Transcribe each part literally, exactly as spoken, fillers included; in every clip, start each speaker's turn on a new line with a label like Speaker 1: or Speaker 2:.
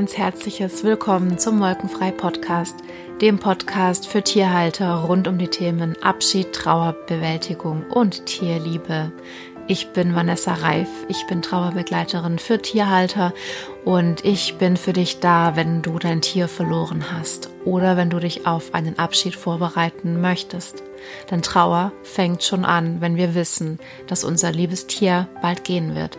Speaker 1: ganz herzliches Willkommen zum Molkenfrei-Podcast, dem Podcast für Tierhalter rund um die Themen Abschied, Trauer, Bewältigung und Tierliebe. Ich bin Vanessa Reif, ich bin Trauerbegleiterin für Tierhalter und ich bin für dich da, wenn du dein Tier verloren hast oder wenn du dich auf einen Abschied vorbereiten möchtest. Denn Trauer fängt schon an, wenn wir wissen, dass unser liebes Tier bald gehen wird.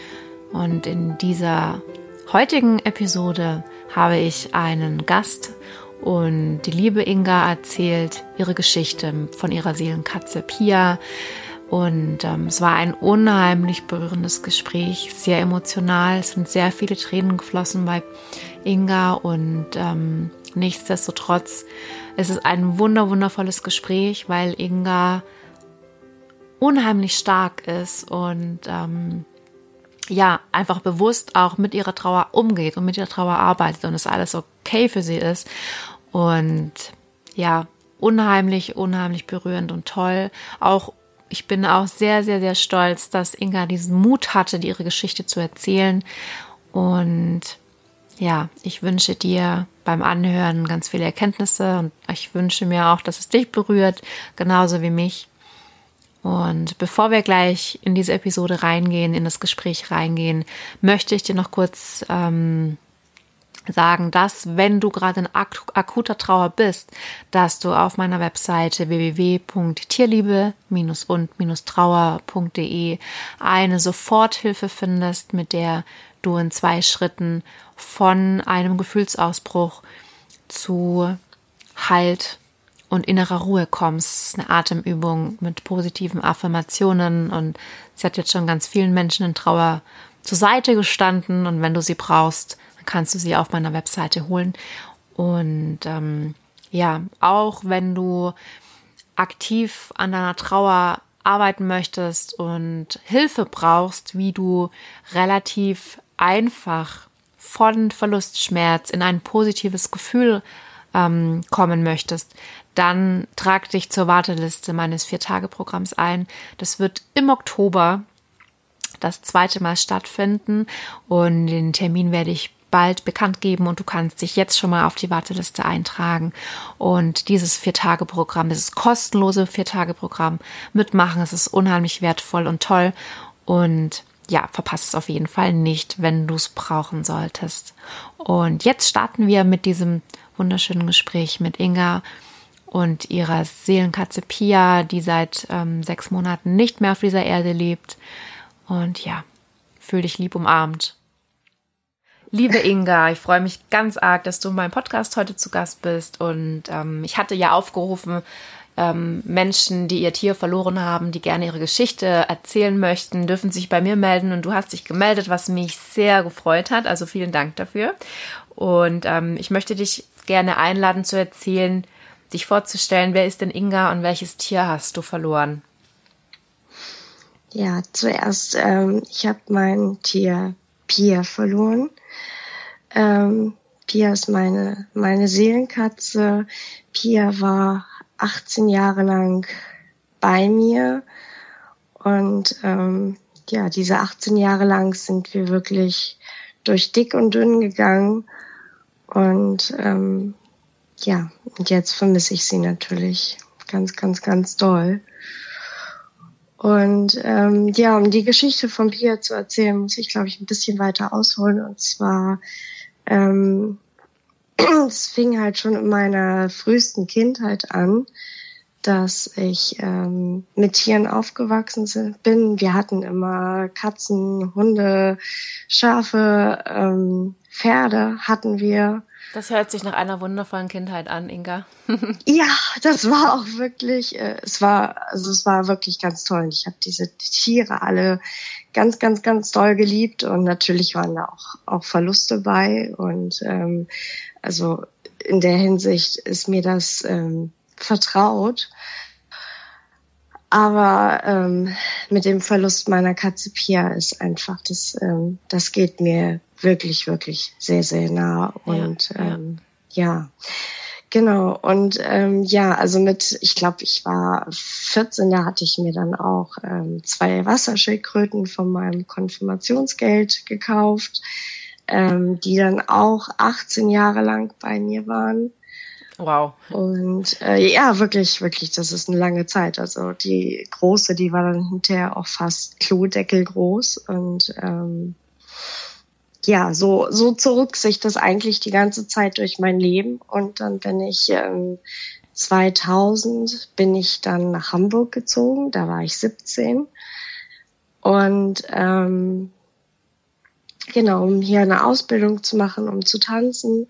Speaker 1: Und in dieser heutigen Episode habe ich einen Gast und die liebe Inga erzählt ihre Geschichte von ihrer Seelenkatze Pia. Und ähm, es war ein unheimlich berührendes Gespräch, sehr emotional. Es sind sehr viele Tränen geflossen bei Inga und ähm, nichtsdestotrotz ist es ein wunder wundervolles Gespräch, weil Inga unheimlich stark ist und ähm, ja, einfach bewusst auch mit ihrer Trauer umgeht und mit ihrer Trauer arbeitet und es alles okay für sie ist. Und ja, unheimlich, unheimlich berührend und toll. Auch ich bin auch sehr, sehr, sehr stolz, dass Inga diesen Mut hatte, ihre Geschichte zu erzählen. Und ja, ich wünsche dir beim Anhören ganz viele Erkenntnisse und ich wünsche mir auch, dass es dich berührt, genauso wie mich. Und bevor wir gleich in diese Episode reingehen, in das Gespräch reingehen, möchte ich dir noch kurz ähm, sagen, dass wenn du gerade in ak- akuter Trauer bist, dass du auf meiner Webseite w w w punkt tierliebe und trauer punkt d e eine Soforthilfe findest, mit der du in zwei Schritten von einem Gefühlsausbruch zu Halt und innerer Ruhe kommst. Eine Atemübung mit positiven Affirmationen und sie hat jetzt schon ganz vielen Menschen in Trauer zur Seite gestanden und wenn du sie brauchst, dann kannst du sie auf meiner Webseite holen. Und ähm, ja, auch wenn du aktiv an deiner Trauer arbeiten möchtest und Hilfe brauchst, wie du relativ einfach von Verlustschmerz in ein positives Gefühl ähm, kommen möchtest, dann trag dich zur Warteliste meines Vier-Tage-Programms ein. Das wird im Oktober das zweite Mal stattfinden und den Termin werde ich bald bekannt geben und du kannst dich jetzt schon mal auf die Warteliste eintragen und dieses Vier-Tage-Programm, dieses kostenlose Vier-Tage-Programm mitmachen. Es ist unheimlich wertvoll und toll und ja, verpasst es auf jeden Fall nicht, wenn du es brauchen solltest. Und jetzt starten wir mit diesem wunderschönen Gespräch mit Inga und ihrer Seelenkatze Pia, die seit ähm, sechs Monaten nicht mehr auf dieser Erde lebt. Und ja, fühl dich lieb umarmt. Liebe Inga, ich freue mich ganz arg, dass du in meinem Podcast heute zu Gast bist. Und ähm, ich hatte ja aufgerufen, ähm, Menschen, die ihr Tier verloren haben, die gerne ihre Geschichte erzählen möchten, dürfen sich bei mir melden. Und du hast dich gemeldet, was mich sehr gefreut hat. Also vielen Dank dafür. Und ähm, ich möchte dich gerne einladen zu erzählen, dich vorzustellen, wer ist denn Inga und welches Tier hast du verloren?
Speaker 2: Ja, zuerst, ähm, ich habe mein Tier Pia verloren. Ähm, Pia ist meine, meine Seelenkatze. Pia war achtzehn Jahre lang bei mir und ähm, ja, diese achtzehn Jahre lang sind wir wirklich durch dick und dünn gegangen und ähm, ja, und jetzt vermisse ich sie natürlich ganz, ganz, ganz doll. Und ähm, ja, um die Geschichte von Pia zu erzählen, muss ich, glaube ich, ein bisschen weiter ausholen. Und zwar, ähm, es fing halt schon in meiner frühesten Kindheit an, dass ich ähm, mit Tieren aufgewachsen bin. Wir hatten immer Katzen, Hunde, Schafe, ähm, Pferde hatten wir.
Speaker 1: Das hört sich nach einer wundervollen Kindheit an, Inga.
Speaker 2: Ja, das war auch wirklich, äh, es war, also es war wirklich ganz toll. Ich habe diese Tiere alle ganz, ganz, ganz doll geliebt und natürlich waren da auch auch Verluste bei und ähm, also in der Hinsicht ist mir das ähm, vertraut. Aber ähm, mit dem Verlust meiner Katze Pia ist einfach, das ähm, das geht mir wirklich, wirklich sehr, sehr nah. Und ja, ähm, ja. ja. Genau, und ähm, ja, also mit, ich glaube, ich war vierzehn, da hatte ich mir dann auch ähm, zwei Wasserschildkröten von meinem Konfirmationsgeld gekauft. ähm, die dann auch achtzehn Jahre lang bei mir waren.
Speaker 1: Wow.
Speaker 2: Und äh, ja, wirklich, wirklich, das ist eine lange Zeit. Also die große, die war dann hinterher auch fast Klodeckel groß. Und ähm, ja, so so zog sich das eigentlich die ganze Zeit durch mein Leben. Und dann bin ich ähm, zweitausend bin ich dann nach Hamburg gezogen. Da war ich siebzehn. Und ähm, genau, um hier eine Ausbildung zu machen, um zu tanzen.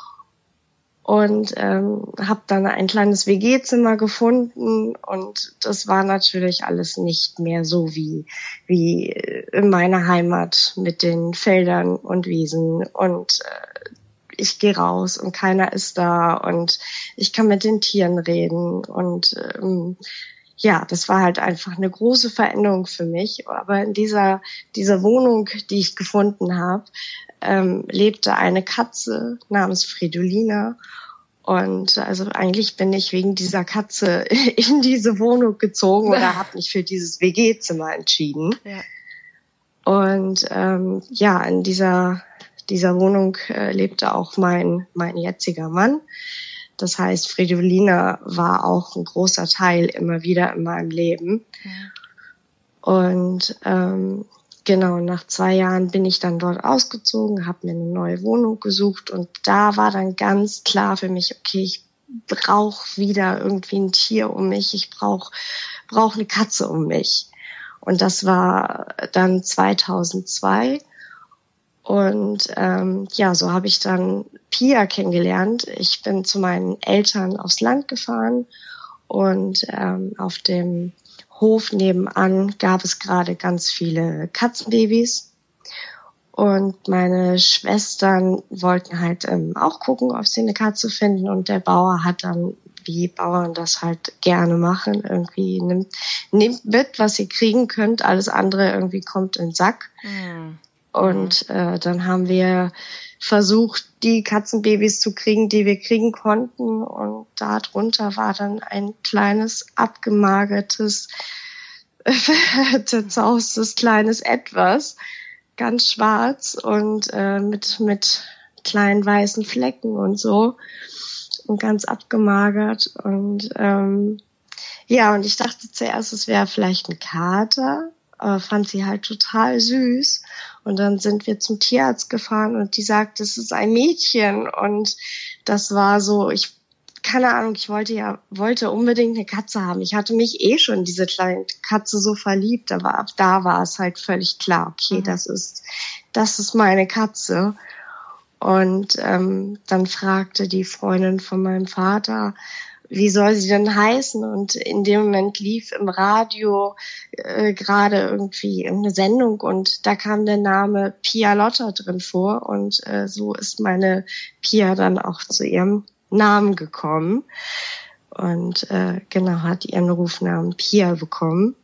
Speaker 2: Und ähm, habe dann ein kleines W G-Zimmer gefunden und das war natürlich alles nicht mehr so wie wie in meiner Heimat mit den Feldern und Wiesen und äh, ich gehe raus und keiner ist da und ich kann mit den Tieren reden und ähm, ja, das war halt einfach eine große Veränderung für mich. Aber in dieser dieser Wohnung, die ich gefunden habe, ähm, lebte eine Katze namens Fridolina. Und also eigentlich bin ich wegen dieser Katze in diese Wohnung gezogen oder habe mich für dieses W G-Zimmer entschieden. Ja. Und ähm, ja, in dieser dieser Wohnung äh, lebte auch mein mein jetziger Mann. Das heißt, Fridolina war auch ein großer Teil immer wieder in meinem Leben. Ja. Und ähm, genau, nach zwei Jahren bin ich dann dort ausgezogen, habe mir eine neue Wohnung gesucht und da war dann ganz klar für mich, okay, ich brauche wieder irgendwie ein Tier um mich, ich brauche brauch eine Katze um mich. Und das war dann zweitausendzwei und ähm, ja, so habe ich dann Pia kennengelernt. Ich bin zu meinen Eltern aufs Land gefahren und ähm, auf dem Hof nebenan gab es gerade ganz viele Katzenbabys und meine Schwestern wollten halt ähm, auch gucken, ob sie eine Katze finden und der Bauer hat dann, wie Bauern das halt gerne machen, irgendwie nimmt, nimmt mit, was ihr kriegen könnt, alles andere irgendwie kommt in den Sack. Mhm. Und äh, dann haben wir versucht, die Katzenbabys zu kriegen, die wir kriegen konnten. Und darunter war dann ein kleines, abgemagertes, zerzaustes kleines Etwas, ganz schwarz und äh, mit mit kleinen weißen Flecken und so und ganz abgemagert. Und ähm, ja, und ich dachte zuerst, es wäre vielleicht ein Kater, aber fand sie halt total süß. Und dann sind wir zum Tierarzt gefahren und die sagt, es ist ein Mädchen. Und das war so, ich, keine Ahnung, ich wollte ja, wollte unbedingt eine Katze haben. Ich hatte mich eh schon in diese kleine Katze so verliebt, aber ab da war es halt völlig klar, okay, mhm. das ist, das ist meine Katze. Und ähm, dann fragte die Freundin von meinem Vater, wie soll sie denn heißen? Und in dem Moment lief im Radio äh, gerade irgendwie irgendeine Sendung und da kam der Name Pia Lotta drin vor und äh, so ist meine Pia dann auch zu ihrem Namen gekommen und äh, genau hat ihren Rufnamen Pia bekommen.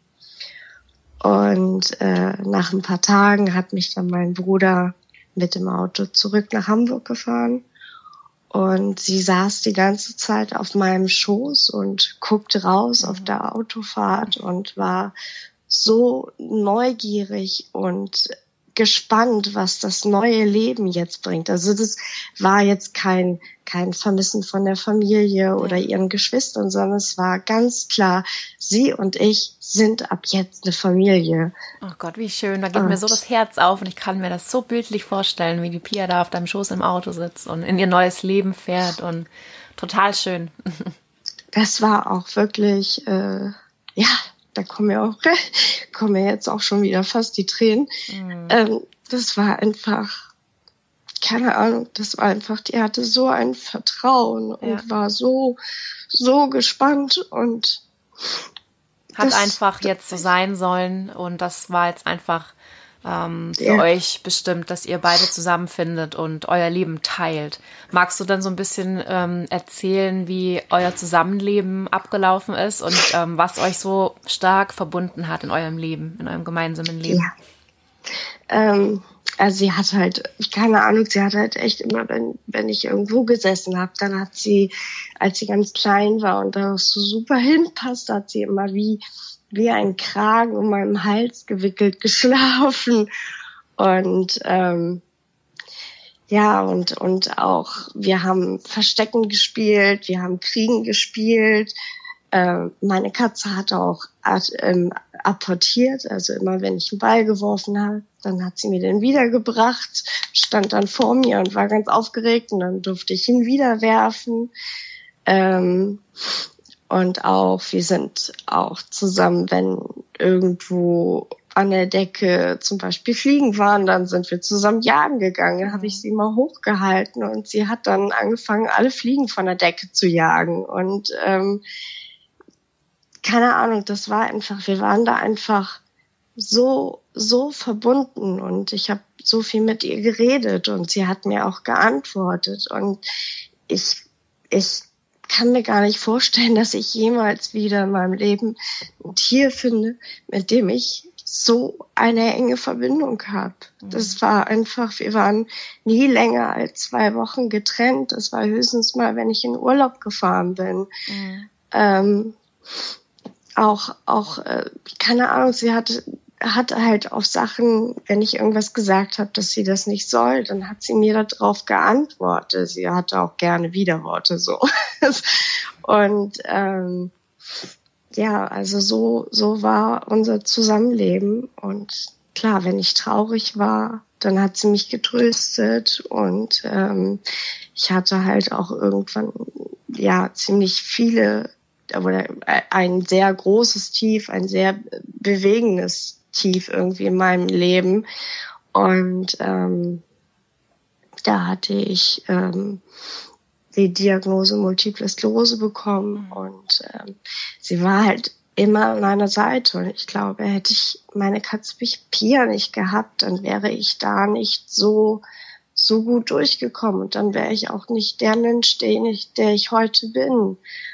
Speaker 2: Und äh, nach ein paar Tagen hat mich dann mein Bruder mit dem Auto zurück nach Hamburg gefahren. Und sie saß die ganze Zeit auf meinem Schoß und guckte raus mhm. auf der Autofahrt und war so neugierig und gespannt, was das neue Leben jetzt bringt. Also das war jetzt kein kein Vermissen von der Familie oder ihren Geschwistern, sondern es war ganz klar, sie und ich sind ab jetzt eine Familie.
Speaker 1: Oh Gott, wie schön. Da geht und mir so das Herz auf und ich kann mir das so bildlich vorstellen, wie die Pia da auf deinem Schoß im Auto sitzt und in ihr neues Leben fährt und total schön.
Speaker 2: Das war auch wirklich, äh, ja, da kommen mir auch, kommen mir jetzt auch schon wieder fast die Tränen. Mhm. Ähm, das war einfach, keine Ahnung, das war einfach, die hatte so ein Vertrauen und ja. war so, so gespannt und
Speaker 1: hat das, einfach jetzt so sein sollen und das war jetzt einfach ähm, für ja. euch bestimmt, dass ihr beide zusammenfindet und euer Leben teilt. Magst du dann so ein bisschen ähm, erzählen, wie euer Zusammenleben abgelaufen ist und ähm, was euch so stark verbunden hat in eurem Leben, in eurem gemeinsamen Leben?
Speaker 2: Ja. Ähm, also sie hat halt, keine Ahnung, sie hat halt echt immer, wenn wenn ich irgendwo gesessen habe, dann hat sie, als sie ganz klein war und da so super hinpasst, hat sie immer wie wie ein Kragen um meinen Hals gewickelt geschlafen. Und ähm, Ja, und, und auch, wir haben Verstecken gespielt, wir haben Kriegen gespielt. Äh, meine Katze hat auch ähm, apportiert, also immer wenn ich einen Ball geworfen habe, dann hat sie mir den wiedergebracht, stand dann vor mir und war ganz aufgeregt und dann durfte ich ihn wieder werfen. Ähm, und auch, wir sind auch zusammen, wenn irgendwo an der Decke zum Beispiel Fliegen waren, dann sind wir zusammen jagen gegangen. Da habe ich sie mal hochgehalten und sie hat dann angefangen, alle Fliegen von der Decke zu jagen. Und ähm, keine Ahnung, das war einfach, wir waren da einfach so, so verbunden und ich habe so viel mit ihr geredet und sie hat mir auch geantwortet und ich, ich kann mir gar nicht vorstellen, dass ich jemals wieder in meinem Leben ein Tier finde, mit dem ich so eine enge Verbindung habe. Mhm. Das war einfach, wir waren nie länger als zwei Wochen getrennt. Das war höchstens mal, wenn ich in Urlaub gefahren bin. Mhm. Ähm, auch, auch, äh, keine Ahnung, sie hat, hat halt auf Sachen, wenn ich irgendwas gesagt habe, dass sie das nicht soll, dann hat sie mir darauf geantwortet. Sie hatte auch gerne Widerworte, so. Und, ähm, ja, also so, so war unser Zusammenleben. Und klar, wenn ich traurig war, dann hat sie mich getröstet. Und ähm, ich hatte halt auch irgendwann, ja, ziemlich viele, oder ein sehr großes Tief, ein sehr bewegendes Tief irgendwie in meinem Leben. Und ähm, da hatte ich ähm, die Diagnose Multiple Sklerose bekommen und ähm, sie war halt immer an meiner Seite. Und ich glaube, hätte ich meine Katze Pia nicht gehabt, dann wäre ich da nicht so so gut durchgekommen und dann wäre ich auch nicht der Mensch, den ich, der ich heute bin.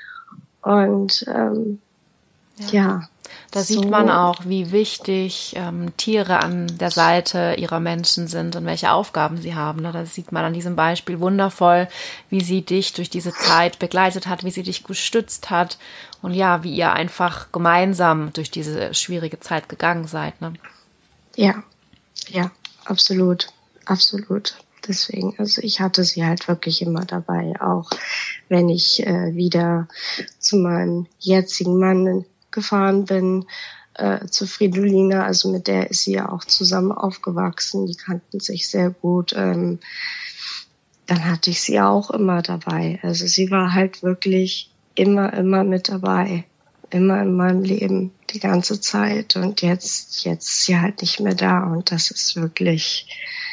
Speaker 2: Und ähm, ja. ja
Speaker 1: Da
Speaker 2: so.
Speaker 1: sieht man auch, wie wichtig ähm, Tiere an der Seite ihrer Menschen sind und welche Aufgaben sie haben. Ne? Da sieht man an diesem Beispiel wundervoll, wie sie dich durch diese Zeit begleitet hat, wie sie dich gestützt hat und ja, wie ihr einfach gemeinsam durch diese schwierige Zeit gegangen seid. Ne?
Speaker 2: Ja, ja, absolut, absolut. Deswegen, also ich hatte sie halt wirklich immer dabei, auch wenn ich äh, wieder zu meinem jetzigen Mann gefahren bin, äh, zu Fridolina, also mit der ist sie ja auch zusammen aufgewachsen, die kannten sich sehr gut, ähm, dann hatte ich sie auch immer dabei. Also sie war halt wirklich immer, immer mit dabei, immer in meinem Leben, die ganze Zeit und jetzt, jetzt ist sie halt nicht mehr da und das ist wirklich,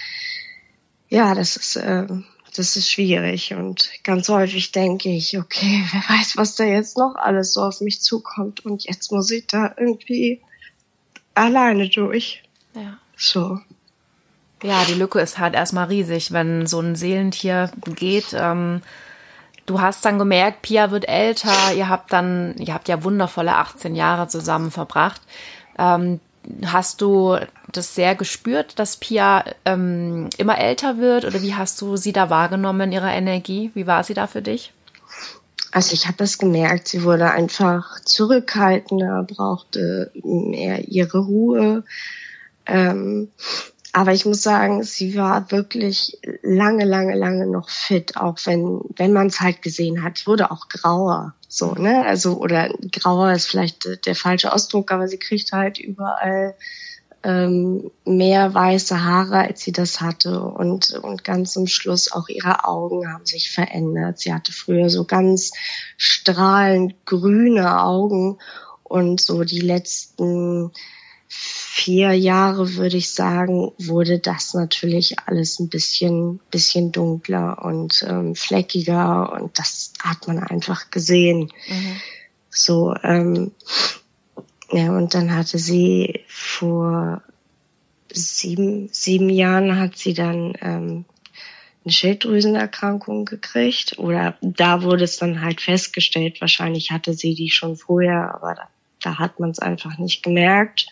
Speaker 2: ja, das ist, äh, das ist schwierig und ganz häufig denke ich, okay, wer weiß, was da jetzt noch alles so auf mich zukommt und jetzt muss ich da irgendwie alleine durch.
Speaker 1: Ja.
Speaker 2: So.
Speaker 1: Ja, die Lücke ist halt erstmal riesig, wenn so ein Seelentier geht. Ähm, du hast dann gemerkt, Pia wird älter, ihr habt dann, ihr habt ja wundervolle achtzehn Jahre zusammen verbracht. Ähm, Hast du das sehr gespürt, dass Pia ähm, immer älter wird oder wie hast du sie da wahrgenommen in ihrer Energie? Wie war sie da für dich?
Speaker 2: Also ich habe das gemerkt, sie wurde einfach zurückhaltender, brauchte mehr ihre Ruhe. Ähm, aber ich muss sagen, sie war wirklich lange, lange, lange noch fit, auch wenn wenn man es halt gesehen hat. Sie wurde auch grauer. So, ne, also, oder grauer ist vielleicht der falsche Ausdruck, aber sie kriegt halt überall ähm, mehr weiße Haare, als sie das hatte und, und ganz zum Schluss auch ihre Augen haben sich verändert. Sie hatte früher so ganz strahlend grüne Augen und so die letzten vier Jahre, würde ich sagen, wurde das natürlich alles ein bisschen, bisschen dunkler und ähm, fleckiger und das hat man einfach gesehen. Mhm. So, ähm, ja, und dann hatte sie vor sieben, sieben Jahren hat sie dann ähm, eine Schilddrüsenerkrankung gekriegt oder da wurde es dann halt festgestellt, wahrscheinlich hatte sie die schon vorher, aber da, da hat man es einfach nicht gemerkt.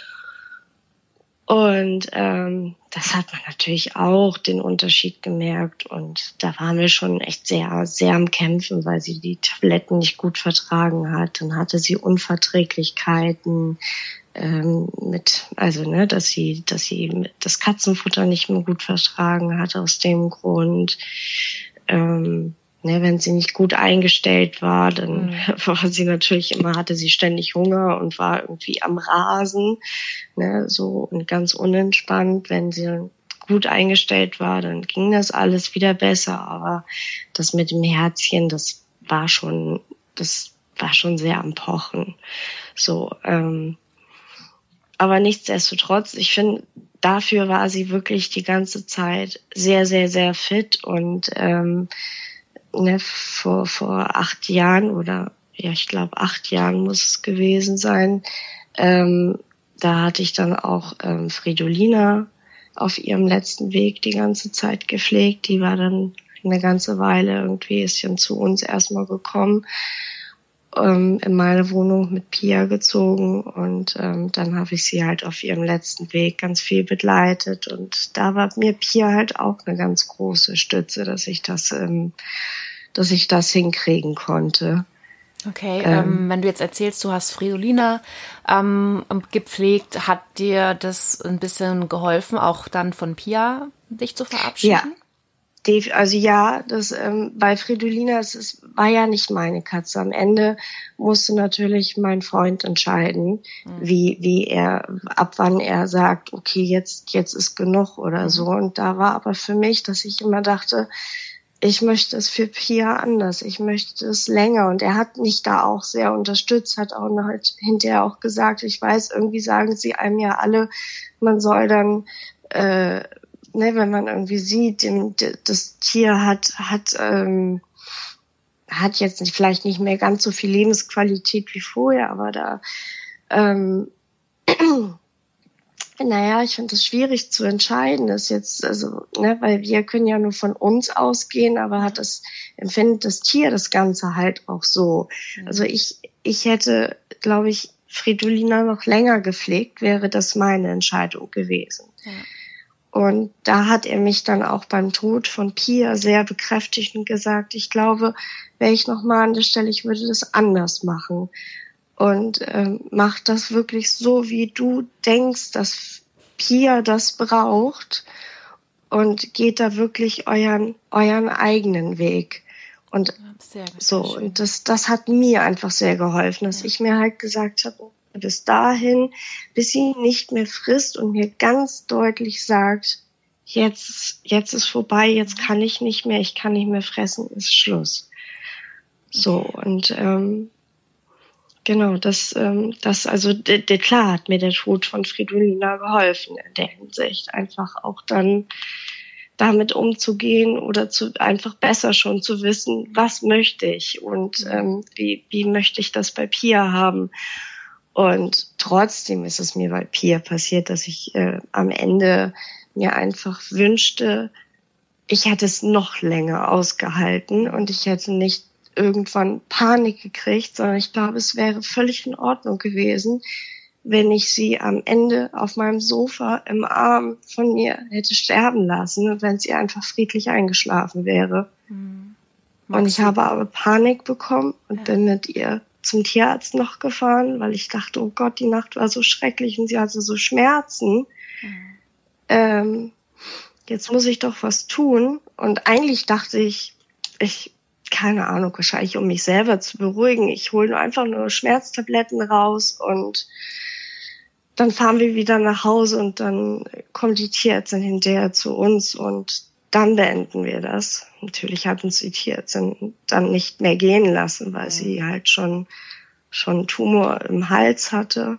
Speaker 2: Und ähm, das hat man natürlich auch den Unterschied gemerkt und da waren wir schon echt sehr, sehr am Kämpfen, weil sie die Tabletten nicht gut vertragen hat. Dann hatte sie Unverträglichkeiten, ähm, mit, also ne, dass sie, dass sie das Katzenfutter nicht mehr gut vertragen hat aus dem Grund. Ähm, ne, wenn sie nicht gut eingestellt war, dann mhm. war sie natürlich immer, hatte sie ständig Hunger und war irgendwie am Rasen, ne, so und ganz unentspannt. Wenn sie gut eingestellt war, dann ging das alles wieder besser. Aber das mit dem Herzchen, das war schon, das war schon sehr am Pochen. So, ähm, aber nichtsdestotrotz, ich finde, dafür war sie wirklich die ganze Zeit sehr, sehr, sehr fit und ähm, ne, vor vor acht Jahren oder ja, ich glaube acht Jahren muss es gewesen sein. Ähm, da hatte ich dann auch ähm, Fridolina auf ihrem letzten Weg die ganze Zeit gepflegt. Die war dann eine ganze Weile irgendwie ist dann zu uns erstmal gekommen. In meine Wohnung mit Pia gezogen und ähm, dann habe ich sie halt auf ihrem letzten Weg ganz viel begleitet und da war mir Pia halt auch eine ganz große Stütze, dass ich das, ähm, dass ich das hinkriegen konnte.
Speaker 1: Okay, ähm, ähm, wenn du jetzt erzählst, du hast Fridolina ähm, gepflegt, hat dir das ein bisschen geholfen, auch dann von Pia dich zu verabschieden?
Speaker 2: Ja. Also ja, das ähm, bei Fridolina, es ist, war ja nicht meine Katze. Am Ende musste natürlich mein Freund entscheiden, mhm. wie wie er ab wann er sagt, okay, jetzt jetzt ist genug oder mhm. so. Und da war aber für mich, dass ich immer dachte, ich möchte es für Pia anders, ich möchte es länger. Und er hat mich da auch sehr unterstützt, hat auch halt hinterher auch gesagt, ich weiß, irgendwie sagen sie einem ja alle, man soll dann äh, Ne, wenn man irgendwie sieht, das Tier hat hat ähm, hat jetzt nicht, vielleicht nicht mehr ganz so viel Lebensqualität wie vorher, aber da ähm, naja, ich finde es schwierig zu entscheiden, das jetzt, also, ne, weil wir können ja nur von uns ausgehen, aber hat das, empfindet das Tier das Ganze halt auch so. Mhm. Also ich, ich hätte, glaube ich, Fridolina noch länger gepflegt, wäre das meine Entscheidung gewesen. Ja. Und da hat er mich dann auch beim Tod von Pia sehr bekräftigt und gesagt, ich glaube, wäre ich nochmal an der Stelle, ich würde das anders machen. Und ähm, mach das wirklich so, wie du denkst, dass Pia das braucht und geht da wirklich euren euren eigenen Weg. Und sehr, sehr so, schön. Und das das hat mir einfach sehr geholfen, dass ja. ich mir halt gesagt habe, bis dahin, bis sie nicht mehr frisst und mir ganz deutlich sagt, jetzt, jetzt ist vorbei, jetzt kann ich nicht mehr, ich kann nicht mehr fressen, ist Schluss. So, und ähm, genau, das, ähm, das, also de, de, klar hat mir der Tod von Fridolina geholfen in der Hinsicht, einfach auch dann damit umzugehen oder zu einfach besser schon zu wissen, was möchte ich und ähm, wie, wie möchte ich das bei Pia haben. Und trotzdem ist es mir bei Pia passiert, dass ich äh, am Ende mir einfach wünschte, ich hätte es noch länger ausgehalten und ich hätte nicht irgendwann Panik gekriegt, sondern ich glaube, es wäre völlig in Ordnung gewesen, wenn ich sie am Ende auf meinem Sofa im Arm von mir hätte sterben lassen und wenn sie einfach friedlich eingeschlafen wäre. Mhm. Und ich habe aber Panik bekommen und ja. bin mit ihr zum Tierarzt noch gefahren, weil ich dachte, oh Gott, die Nacht war so schrecklich und sie hatte so Schmerzen. Mhm. Ähm, jetzt muss ich doch was tun. Und eigentlich dachte ich, ich, keine Ahnung, wahrscheinlich um mich selber zu beruhigen, ich hole einfach nur Schmerztabletten raus und dann fahren wir wieder nach Hause und dann kommt die Tierärztin hinterher zu uns und dann beenden wir das. Natürlich hat uns die Tierärztin dann nicht mehr gehen lassen, weil sie halt schon schon Tumor im Hals hatte.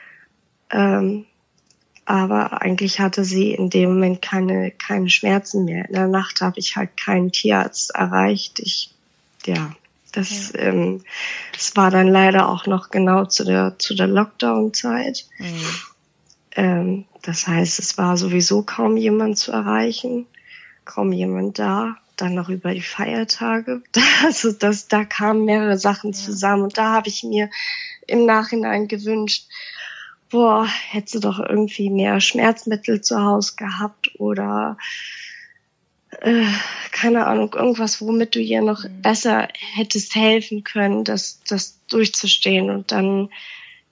Speaker 2: Ähm, aber eigentlich hatte sie in dem Moment keine keine Schmerzen mehr. In der Nacht habe ich halt keinen Tierarzt erreicht. Ich ja, das ja. ähm, es war dann leider auch noch genau zu der zu der Lockdown-Zeit. Mhm. Ähm, das heißt, es war sowieso kaum jemand zu erreichen. Kaum jemand da, dann noch über die Feiertage. Also das, da kamen mehrere Sachen ja. zusammen und da habe ich mir im Nachhinein gewünscht, boah, hättest du doch irgendwie mehr Schmerzmittel zu Hause gehabt oder äh, keine Ahnung, irgendwas, womit du ihr noch mhm. besser hättest helfen können, das, das durchzustehen und dann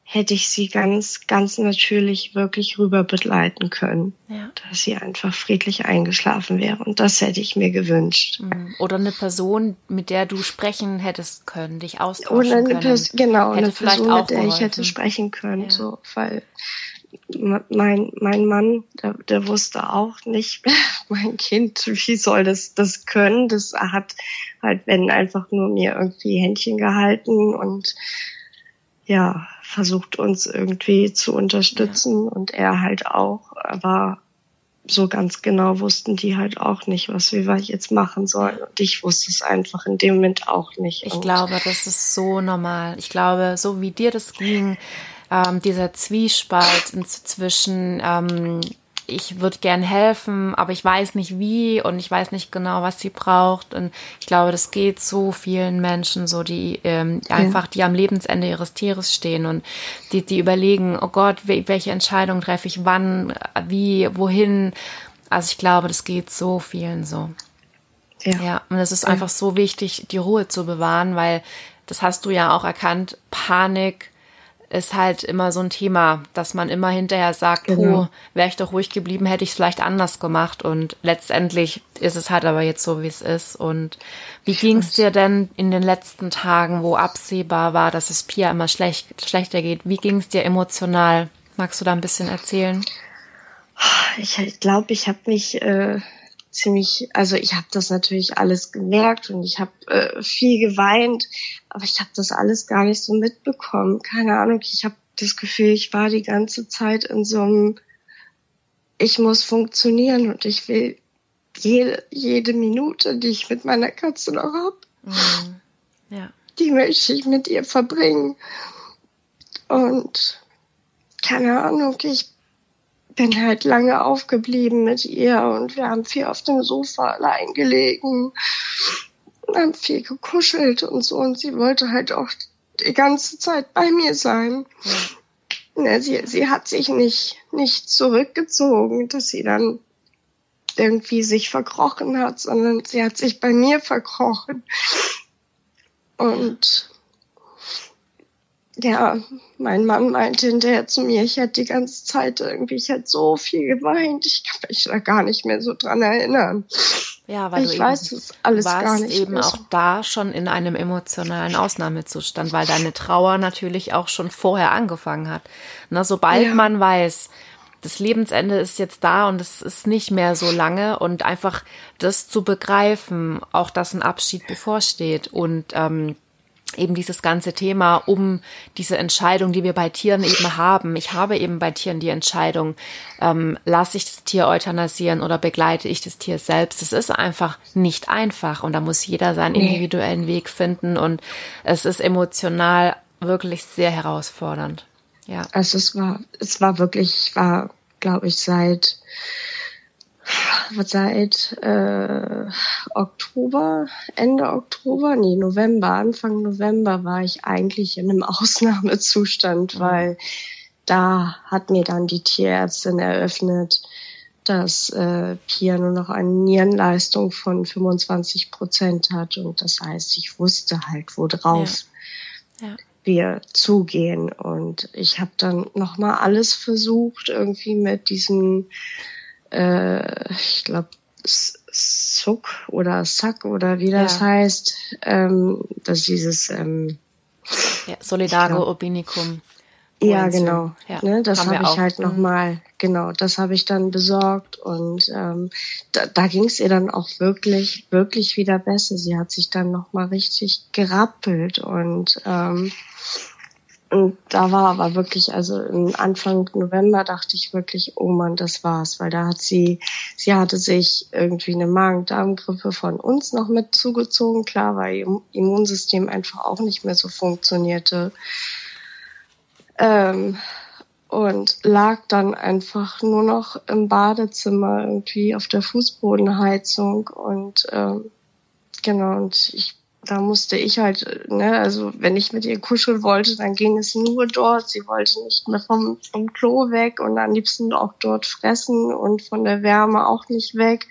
Speaker 2: hätte ich sie ganz, ganz natürlich wirklich rüber begleiten können.
Speaker 1: Ja.
Speaker 2: Dass sie einfach friedlich eingeschlafen wäre. Und das hätte ich mir gewünscht.
Speaker 1: Oder eine Person, mit der du sprechen hättest können, dich austauschen
Speaker 2: Oder eine
Speaker 1: können.
Speaker 2: Pers- genau,
Speaker 1: hätte
Speaker 2: eine
Speaker 1: vielleicht
Speaker 2: Person,
Speaker 1: auch
Speaker 2: mit der
Speaker 1: geholfen.
Speaker 2: ich hätte sprechen können.
Speaker 1: Ja.
Speaker 2: So, weil mein, mein Mann, der, der wusste auch nicht, mein Kind, wie soll das, das können? Das hat halt, wenn einfach nur mir irgendwie Händchen gehalten und ja, versucht uns irgendwie zu unterstützen ja. und er halt auch, aber so ganz genau wussten die halt auch nicht, was wir jetzt machen sollen und ich wusste es einfach in dem Moment auch nicht.
Speaker 1: Ich
Speaker 2: und
Speaker 1: glaube, das ist so normal. Ich glaube, so wie dir das ging, ähm, dieser Zwiespalt zwischen ähm, ich würde gern helfen, aber ich weiß nicht wie und ich weiß nicht genau, was sie braucht. Und ich glaube, das geht so vielen Menschen so, die ähm, ja. einfach, die am Lebensende ihres Tieres stehen und die, die überlegen, oh Gott, welche Entscheidung treffe ich, wann, wie, wohin. Also ich glaube, das geht so vielen so.
Speaker 2: Ja,
Speaker 1: ja und es ist
Speaker 2: ja.
Speaker 1: einfach so wichtig, die Ruhe zu bewahren, weil das hast du ja auch erkannt, Panik ist halt immer so ein Thema, dass man immer hinterher sagt,
Speaker 2: genau.
Speaker 1: puh, wäre ich doch ruhig geblieben, hätte ich es vielleicht anders gemacht. Und letztendlich ist es halt aber jetzt so, wie es ist. Und wie ging es dir denn in den letzten Tagen, wo absehbar war, dass es Pia immer schlecht, schlechter geht? Wie ging es dir emotional? Magst du da ein bisschen erzählen?
Speaker 2: Ich glaube, ich habe mich äh, ziemlich, also ich habe das natürlich alles gemerkt und ich habe äh, viel geweint, aber ich habe das alles gar nicht so mitbekommen. Keine Ahnung, ich habe das Gefühl, ich war die ganze Zeit in so einem, ich muss funktionieren und ich will jede, jede Minute, die ich mit meiner Katze noch habe,
Speaker 1: mhm. ja.
Speaker 2: die möchte ich mit ihr verbringen. Und keine Ahnung, ich bin halt lange aufgeblieben mit ihr und wir haben viel auf dem Sofa allein gelegen und haben viel gekuschelt und so und sie wollte halt auch die ganze Zeit bei mir sein. Ja. Ja, sie, sie hat sich nicht, nicht zurückgezogen, dass sie dann irgendwie sich verkrochen hat, sondern sie hat sich bei mir verkrochen. Und ja, mein Mann meinte hinterher zu mir, ich hätte die ganze Zeit irgendwie, ich hätte so viel geweint, ich kann mich da gar nicht mehr so dran erinnern.
Speaker 1: Ja, weil
Speaker 2: ich
Speaker 1: du
Speaker 2: weiß
Speaker 1: eben,
Speaker 2: es alles
Speaker 1: du warst
Speaker 2: gar nicht
Speaker 1: eben
Speaker 2: mehr
Speaker 1: auch
Speaker 2: so.
Speaker 1: da schon in einem emotionalen Ausnahmezustand, weil deine Trauer natürlich auch schon vorher angefangen hat. Na, sobald
Speaker 2: Ja.
Speaker 1: man weiß, das Lebensende ist jetzt da und es ist nicht mehr so lange und einfach das zu begreifen, auch dass ein Abschied bevorsteht und ähm, eben dieses ganze Thema um diese Entscheidung, die wir bei Tieren eben haben. Ich habe eben bei Tieren die Entscheidung, ähm, lasse ich das Tier euthanasieren oder begleite ich das Tier selbst. Es ist einfach nicht einfach und da muss jeder seinen
Speaker 2: Nee.
Speaker 1: individuellen Weg finden und es ist emotional wirklich sehr herausfordernd. Ja.
Speaker 2: Also es war, es war wirklich, ich war, glaube ich, seit seit äh, Oktober, Ende Oktober, nee, November, Anfang November war ich eigentlich in einem Ausnahmezustand, mhm. weil da hat mir dann die Tierärztin eröffnet, dass äh, Pia nur noch eine Nierenleistung von fünfundzwanzig Prozent hat und das heißt, ich wusste halt, worauf ja. Ja. wir zugehen und ich habe dann nochmal alles versucht, irgendwie mit diesem Äh, ich glaube, Suck oder Sack oder wie das ja. heißt, ähm, dass dieses ähm,
Speaker 1: ja, Solidago Urbinicum.
Speaker 2: Ja, genau.
Speaker 1: Ja,
Speaker 2: ne, das habe hab ich
Speaker 1: auch.
Speaker 2: halt nochmal, genau, das habe ich dann besorgt und ähm, da, da ging es ihr dann auch wirklich, wirklich wieder besser. Sie hat sich dann nochmal richtig gerappelt und ähm, Und da war aber wirklich, also im Anfang November dachte ich wirklich, oh Mann, das war's, weil da hat sie, sie hatte sich irgendwie eine Magen-Darm-Grippe von uns noch mit zugezogen, klar, weil ihr Immunsystem einfach auch nicht mehr so funktionierte. Ähm, und lag dann einfach nur noch im Badezimmer irgendwie auf der Fußbodenheizung und ähm, genau, und ich Da musste ich halt, ne, also wenn ich mit ihr kuscheln wollte, dann ging es nur dort. Sie wollte nicht mehr vom, vom Klo weg und am liebsten auch dort fressen und von der Wärme auch nicht weg.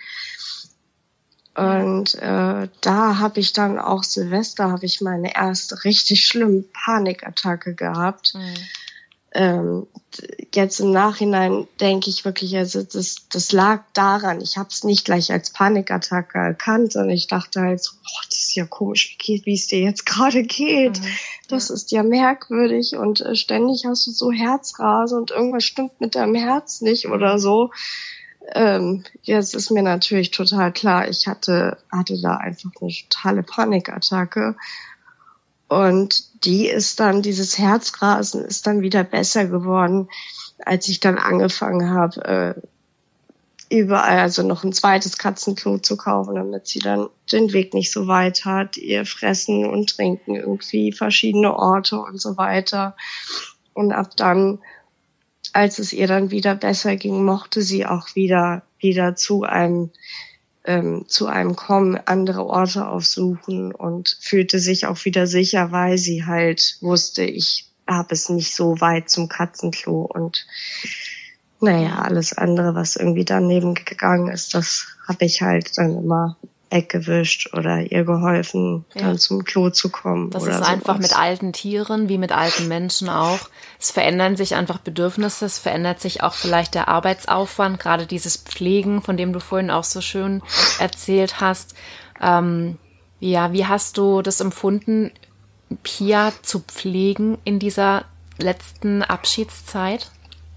Speaker 2: Und äh, da habe ich dann auch Silvester, habe ich meine erste richtig schlimme Panikattacke gehabt. Mhm. ähm, jetzt im Nachhinein denke ich wirklich, also das, das lag daran. Ich habe es nicht gleich als Panikattacke erkannt, sondern ich dachte halt so, oh, das ist ja komisch, wie, wie es dir jetzt gerade geht. Mhm. Das ist ja merkwürdig und äh, ständig hast du so Herzrasen und irgendwas stimmt mit deinem Herz nicht oder so. Ähm, jetzt ist mir natürlich total klar, ich hatte, hatte da einfach eine totale Panikattacke. Und die ist dann, dieses Herzrasen ist dann wieder besser geworden, als ich dann angefangen habe, äh, überall also noch ein zweites Katzenklo zu kaufen, damit sie dann den Weg nicht so weit hat, ihr Fressen und Trinken irgendwie verschiedene Orte und so weiter. Und ab dann, als es ihr dann wieder besser ging, mochte sie auch wieder, wieder zu einem Ähm, zu einem kommen, andere Orte aufsuchen und fühlte sich auch wieder sicher, weil sie halt wusste, ich habe es nicht so weit zum Katzenklo und naja, alles andere, was irgendwie daneben gegangen ist, das habe ich halt dann immer weggewischt oder ihr geholfen, ja. dann zum Klo zu kommen.
Speaker 1: Das
Speaker 2: oder
Speaker 1: ist
Speaker 2: sowas.
Speaker 1: Einfach mit alten Tieren, wie mit alten Menschen auch. Es verändern sich einfach Bedürfnisse, es verändert sich auch vielleicht der Arbeitsaufwand, gerade dieses Pflegen, von dem du vorhin auch so schön erzählt hast. Ähm, ja, wie hast du das empfunden, Pia zu pflegen in dieser letzten Abschiedszeit?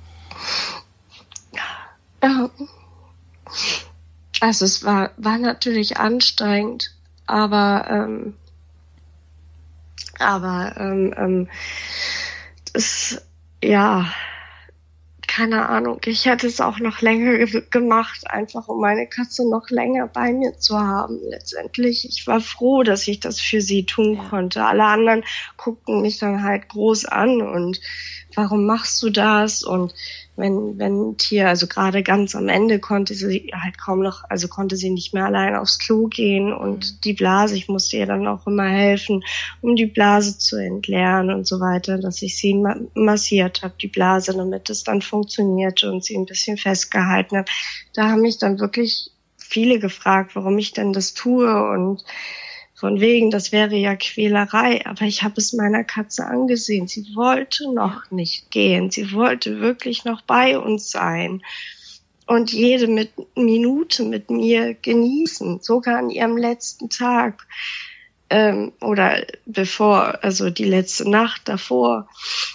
Speaker 2: Ja. Also es war, war natürlich anstrengend, aber ähm, aber ähm, ähm, das, ja, keine Ahnung, ich hätte es auch noch länger ge- gemacht, einfach um meine Katze noch länger bei mir zu haben. Letztendlich, ich war froh, dass ich das für sie tun
Speaker 1: ja.
Speaker 2: konnte. Alle anderen guckten mich dann halt groß an und warum machst du das? Und wenn, wenn ein Tier, also gerade ganz am Ende konnte sie halt kaum noch, also konnte sie nicht mehr allein aufs Klo gehen und die Blase, ich musste ihr dann auch immer helfen, um die Blase zu entleeren und so weiter, dass ich sie ma- massiert habe, die Blase, damit es dann funktionierte und sie ein bisschen festgehalten habe. Da haben mich dann wirklich viele gefragt, warum ich denn das tue und von wegen, das wäre ja Quälerei, aber ich habe es meiner Katze angesehen. Sie wollte noch nicht gehen. Sie wollte wirklich noch bei uns sein und jede mit Minute mit mir genießen, sogar an ihrem letzten Tag ähm, oder bevor, also die letzte Nacht davor.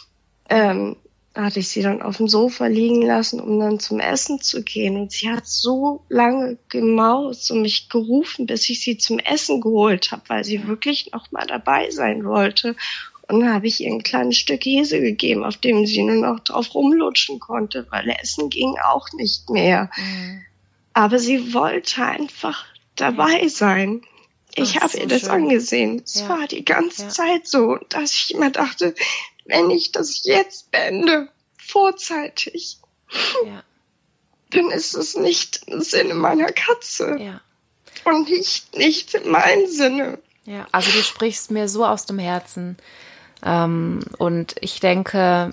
Speaker 2: Ähm, hatte ich sie dann auf dem Sofa liegen lassen, um dann zum Essen zu gehen. Und sie hat so lange gemaust und mich gerufen, bis ich sie zum Essen geholt habe, weil sie wirklich noch mal dabei sein wollte. Und dann habe ich ihr ein kleines Stück Käse gegeben, auf dem sie nur noch drauf rumlutschen konnte, weil Essen ging auch nicht mehr. Mhm. Aber sie wollte einfach dabei ja. sein. Ich habe so ihr das schön. angesehen. Es ja. war die ganze ja. Zeit so, dass ich immer dachte, wenn ich das jetzt beende, vorzeitig, ja. dann ist es nicht im Sinne meiner Katze
Speaker 1: ja.
Speaker 2: und nicht, nicht in meinem Sinne.
Speaker 1: Ja, also du sprichst mir so aus dem Herzen. Ähm, und ich denke,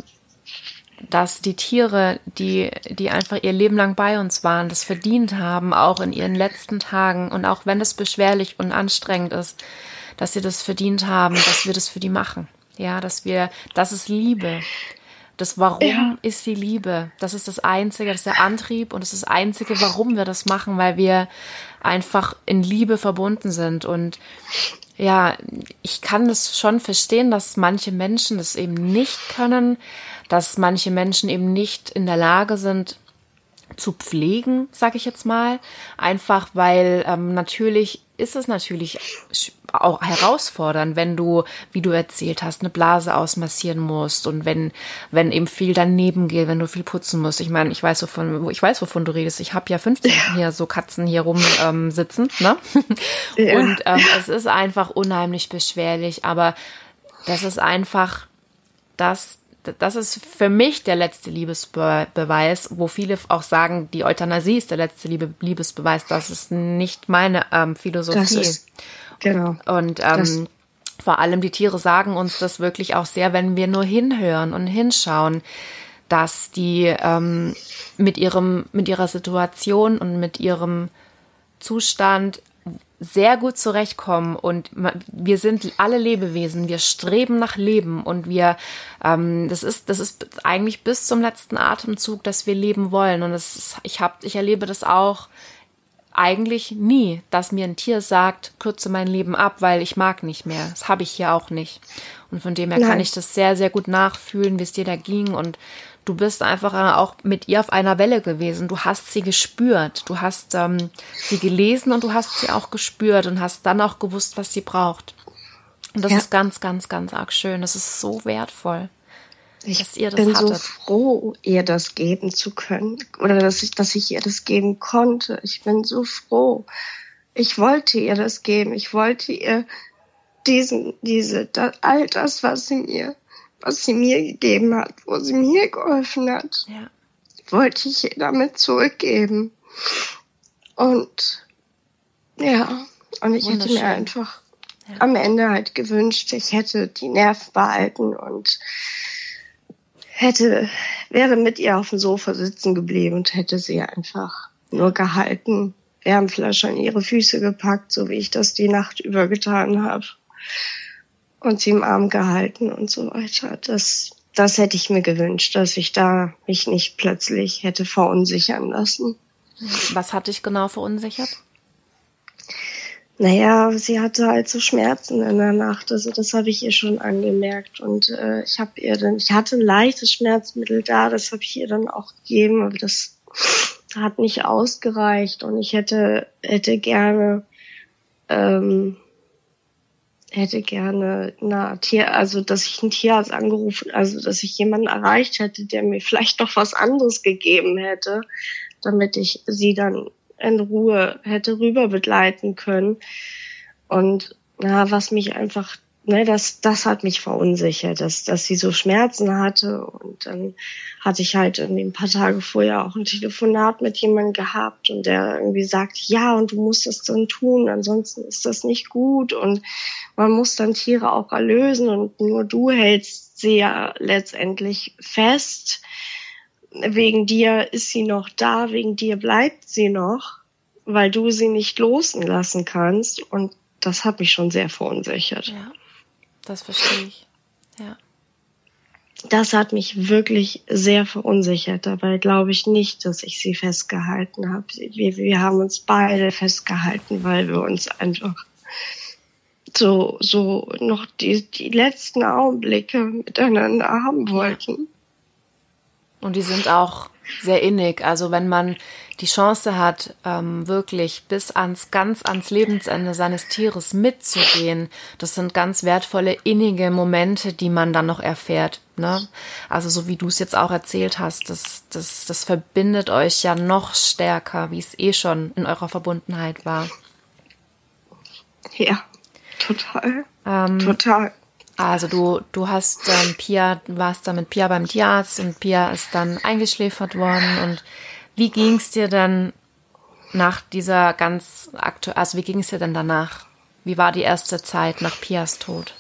Speaker 1: dass die Tiere, die, die einfach ihr Leben lang bei uns waren, das verdient haben, auch in ihren letzten Tagen und auch wenn es beschwerlich und anstrengend ist, dass sie das verdient haben, dass wir das für die machen. Ja, dass wir, das ist Liebe. Das Warum ja. ist die Liebe. Das ist das Einzige, das ist der Antrieb und das ist das Einzige, warum wir das machen, weil wir einfach in Liebe verbunden sind. Und ja, ich kann das schon verstehen, dass manche Menschen das eben nicht können, dass manche Menschen eben nicht in der Lage sind, zu pflegen, sag ich jetzt mal. Einfach, weil ähm, natürlich ist es natürlich auch herausfordernd, wenn du, wie du erzählt hast, eine Blase ausmassieren musst und wenn wenn eben viel daneben geht, wenn du viel putzen musst. Ich meine, ich weiß wovon, ich weiß wovon du redest. Ich habe ja fünfzehn ja. hier so Katzen hier rum ähm, sitzen, ne? Ja. Und ähm, es ist einfach unheimlich beschwerlich, aber das ist einfach das. Das ist für mich der letzte Liebesbeweis, wo viele auch sagen, die Euthanasie ist der letzte Liebe, Liebesbeweis. Das ist nicht meine ähm, Philosophie.
Speaker 2: Das ist, genau.
Speaker 1: Und ähm, vor allem die Tiere sagen uns das wirklich auch sehr, wenn wir nur hinhören und hinschauen, dass die ähm, mit ihrem, mit ihrer Situation und mit ihrem Zustand sehr gut zurechtkommen und wir sind alle Lebewesen, wir streben nach Leben und wir, ähm, das ist, das ist eigentlich bis zum letzten Atemzug, dass wir leben wollen und das ist, ich habe, ich erlebe das auch eigentlich nie, dass mir ein Tier sagt, kürze mein Leben ab, weil ich mag nicht mehr. Das habe ich hier auch nicht. Und von dem her Nein. kann ich das sehr, sehr gut nachfühlen, wie es dir da ging. Und du bist einfach auch mit ihr auf einer Welle gewesen. Du hast sie gespürt. Du hast ähm, sie gelesen und du hast sie auch gespürt und hast dann auch gewusst, was sie braucht. Und das ja. ist ganz, ganz, ganz arg schön. Das ist so wertvoll.
Speaker 2: Ich
Speaker 1: dass ihr das
Speaker 2: bin
Speaker 1: hattet.
Speaker 2: so froh, ihr das geben zu können. Oder dass ich, dass ich ihr das geben konnte. Ich bin so froh. Ich wollte ihr das geben. Ich wollte ihr diesen, diese, das, all das, was sie mir, was sie mir gegeben hat, wo sie mir geholfen hat,
Speaker 1: ja.
Speaker 2: wollte ich ihr damit zurückgeben. Und, ja, und ich hätte mir einfach ja. am Ende halt gewünscht, ich hätte die Nerven behalten und hätte, wäre mit ihr auf dem Sofa sitzen geblieben und hätte sie einfach nur gehalten, Wärmflasche an ihre Füße gepackt, so wie ich das die Nacht über getan habe. Und sie im Arm gehalten und so weiter. Das, das hätte ich mir gewünscht, dass ich da mich nicht plötzlich hätte verunsichern lassen.
Speaker 1: Was hat dich genau verunsichert?
Speaker 2: Naja, sie hatte halt so Schmerzen in der Nacht, also das habe ich ihr schon angemerkt und äh, ich habe ihr dann, ich hatte ein leichtes Schmerzmittel da, das habe ich ihr dann auch gegeben, aber das hat nicht ausgereicht und ich hätte hätte gerne ähm, hätte gerne na Tier, also dass ich einen Tierarzt angerufen, also dass ich jemanden erreicht hätte, der mir vielleicht noch was anderes gegeben hätte, damit ich sie dann in Ruhe hätte rüber begleiten können. Und na, was mich einfach, ne, das, das hat mich verunsichert, dass, dass sie so Schmerzen hatte. Und dann hatte ich halt irgendwie ein paar Tage vorher auch ein Telefonat mit jemandem gehabt und der irgendwie sagt, ja, und du musst das dann tun, ansonsten ist das nicht gut und man muss dann Tiere auch erlösen und nur du hältst sie ja letztendlich fest. Wegen dir ist sie noch da, wegen dir bleibt sie noch, weil du sie nicht loslassen kannst. Und das hat mich schon sehr verunsichert.
Speaker 1: Ja, das verstehe ich. Ja.
Speaker 2: Das hat mich wirklich sehr verunsichert. Dabei glaube ich nicht, dass ich sie festgehalten habe. Wir, wir haben uns beide festgehalten, weil wir uns einfach so, so noch die, die letzten Augenblicke miteinander haben wollten.
Speaker 1: Ja. Und die sind auch sehr innig. Also wenn man die Chance hat, ähm, wirklich bis ans, ganz ans Lebensende seines Tieres mitzugehen, das sind ganz wertvolle, innige Momente, die man dann noch erfährt. Ne? Also so wie du es jetzt auch erzählt hast, das, das, das verbindet euch ja noch stärker, wie es eh schon in eurer Verbundenheit war.
Speaker 2: Ja, total.
Speaker 1: Ähm,
Speaker 2: total.
Speaker 1: Also du, du hast ähm, Pia, warst dann mit Pia beim Tierarzt und Pia ist dann eingeschläfert worden. Und wie ging es dir dann nach dieser ganz aktuell, also wie ging es dir denn danach? Wie war die erste Zeit nach Pias Tod?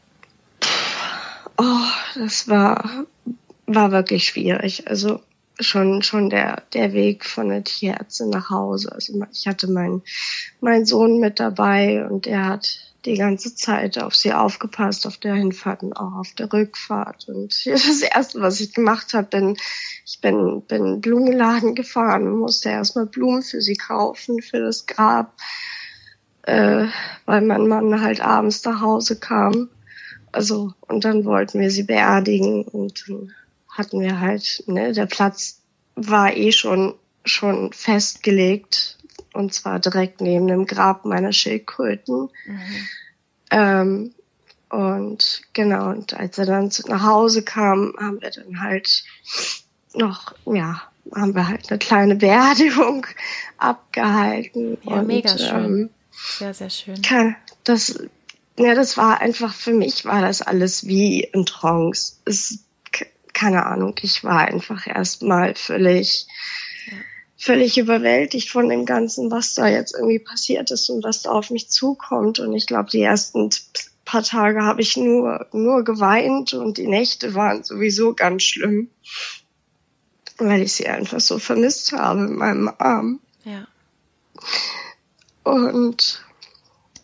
Speaker 2: Oh, das war, war wirklich schwierig. Also schon, schon der, der Weg von der Tierärztin nach Hause. Also ich hatte meinen, meinen Sohn mit dabei und der hat die ganze Zeit auf sie aufgepasst, auf der Hinfahrt und auch auf der Rückfahrt. Und das Erste, was ich gemacht habe, bin, ich bin, bin in den Blumenladen gefahren und musste erstmal Blumen für sie kaufen, für das Grab, äh, weil mein Mann halt abends nach Hause kam. Also, und dann wollten wir sie beerdigen und dann hatten wir halt, ne, der Platz war eh schon, schon festgelegt. Und zwar direkt neben dem Grab meiner Schildkröten. Mhm. Ähm, und genau, und als er dann nach Hause kam, haben wir dann halt noch, ja, haben wir halt eine kleine Beerdigung abgehalten.
Speaker 1: Ja,
Speaker 2: und,
Speaker 1: mega schön.
Speaker 2: Ähm,
Speaker 1: sehr, sehr schön.
Speaker 2: Kann, das, ja, das war einfach, für mich war das alles wie in Trance. Es, keine Ahnung, ich war einfach erstmal völlig... Ja. völlig überwältigt von dem Ganzen, was da jetzt irgendwie passiert ist und was da auf mich zukommt. Und ich glaube, die ersten paar Tage habe ich nur nur geweint und die Nächte waren sowieso ganz schlimm, weil ich sie einfach so vermisst habe in meinem Arm.
Speaker 1: Ja.
Speaker 2: Und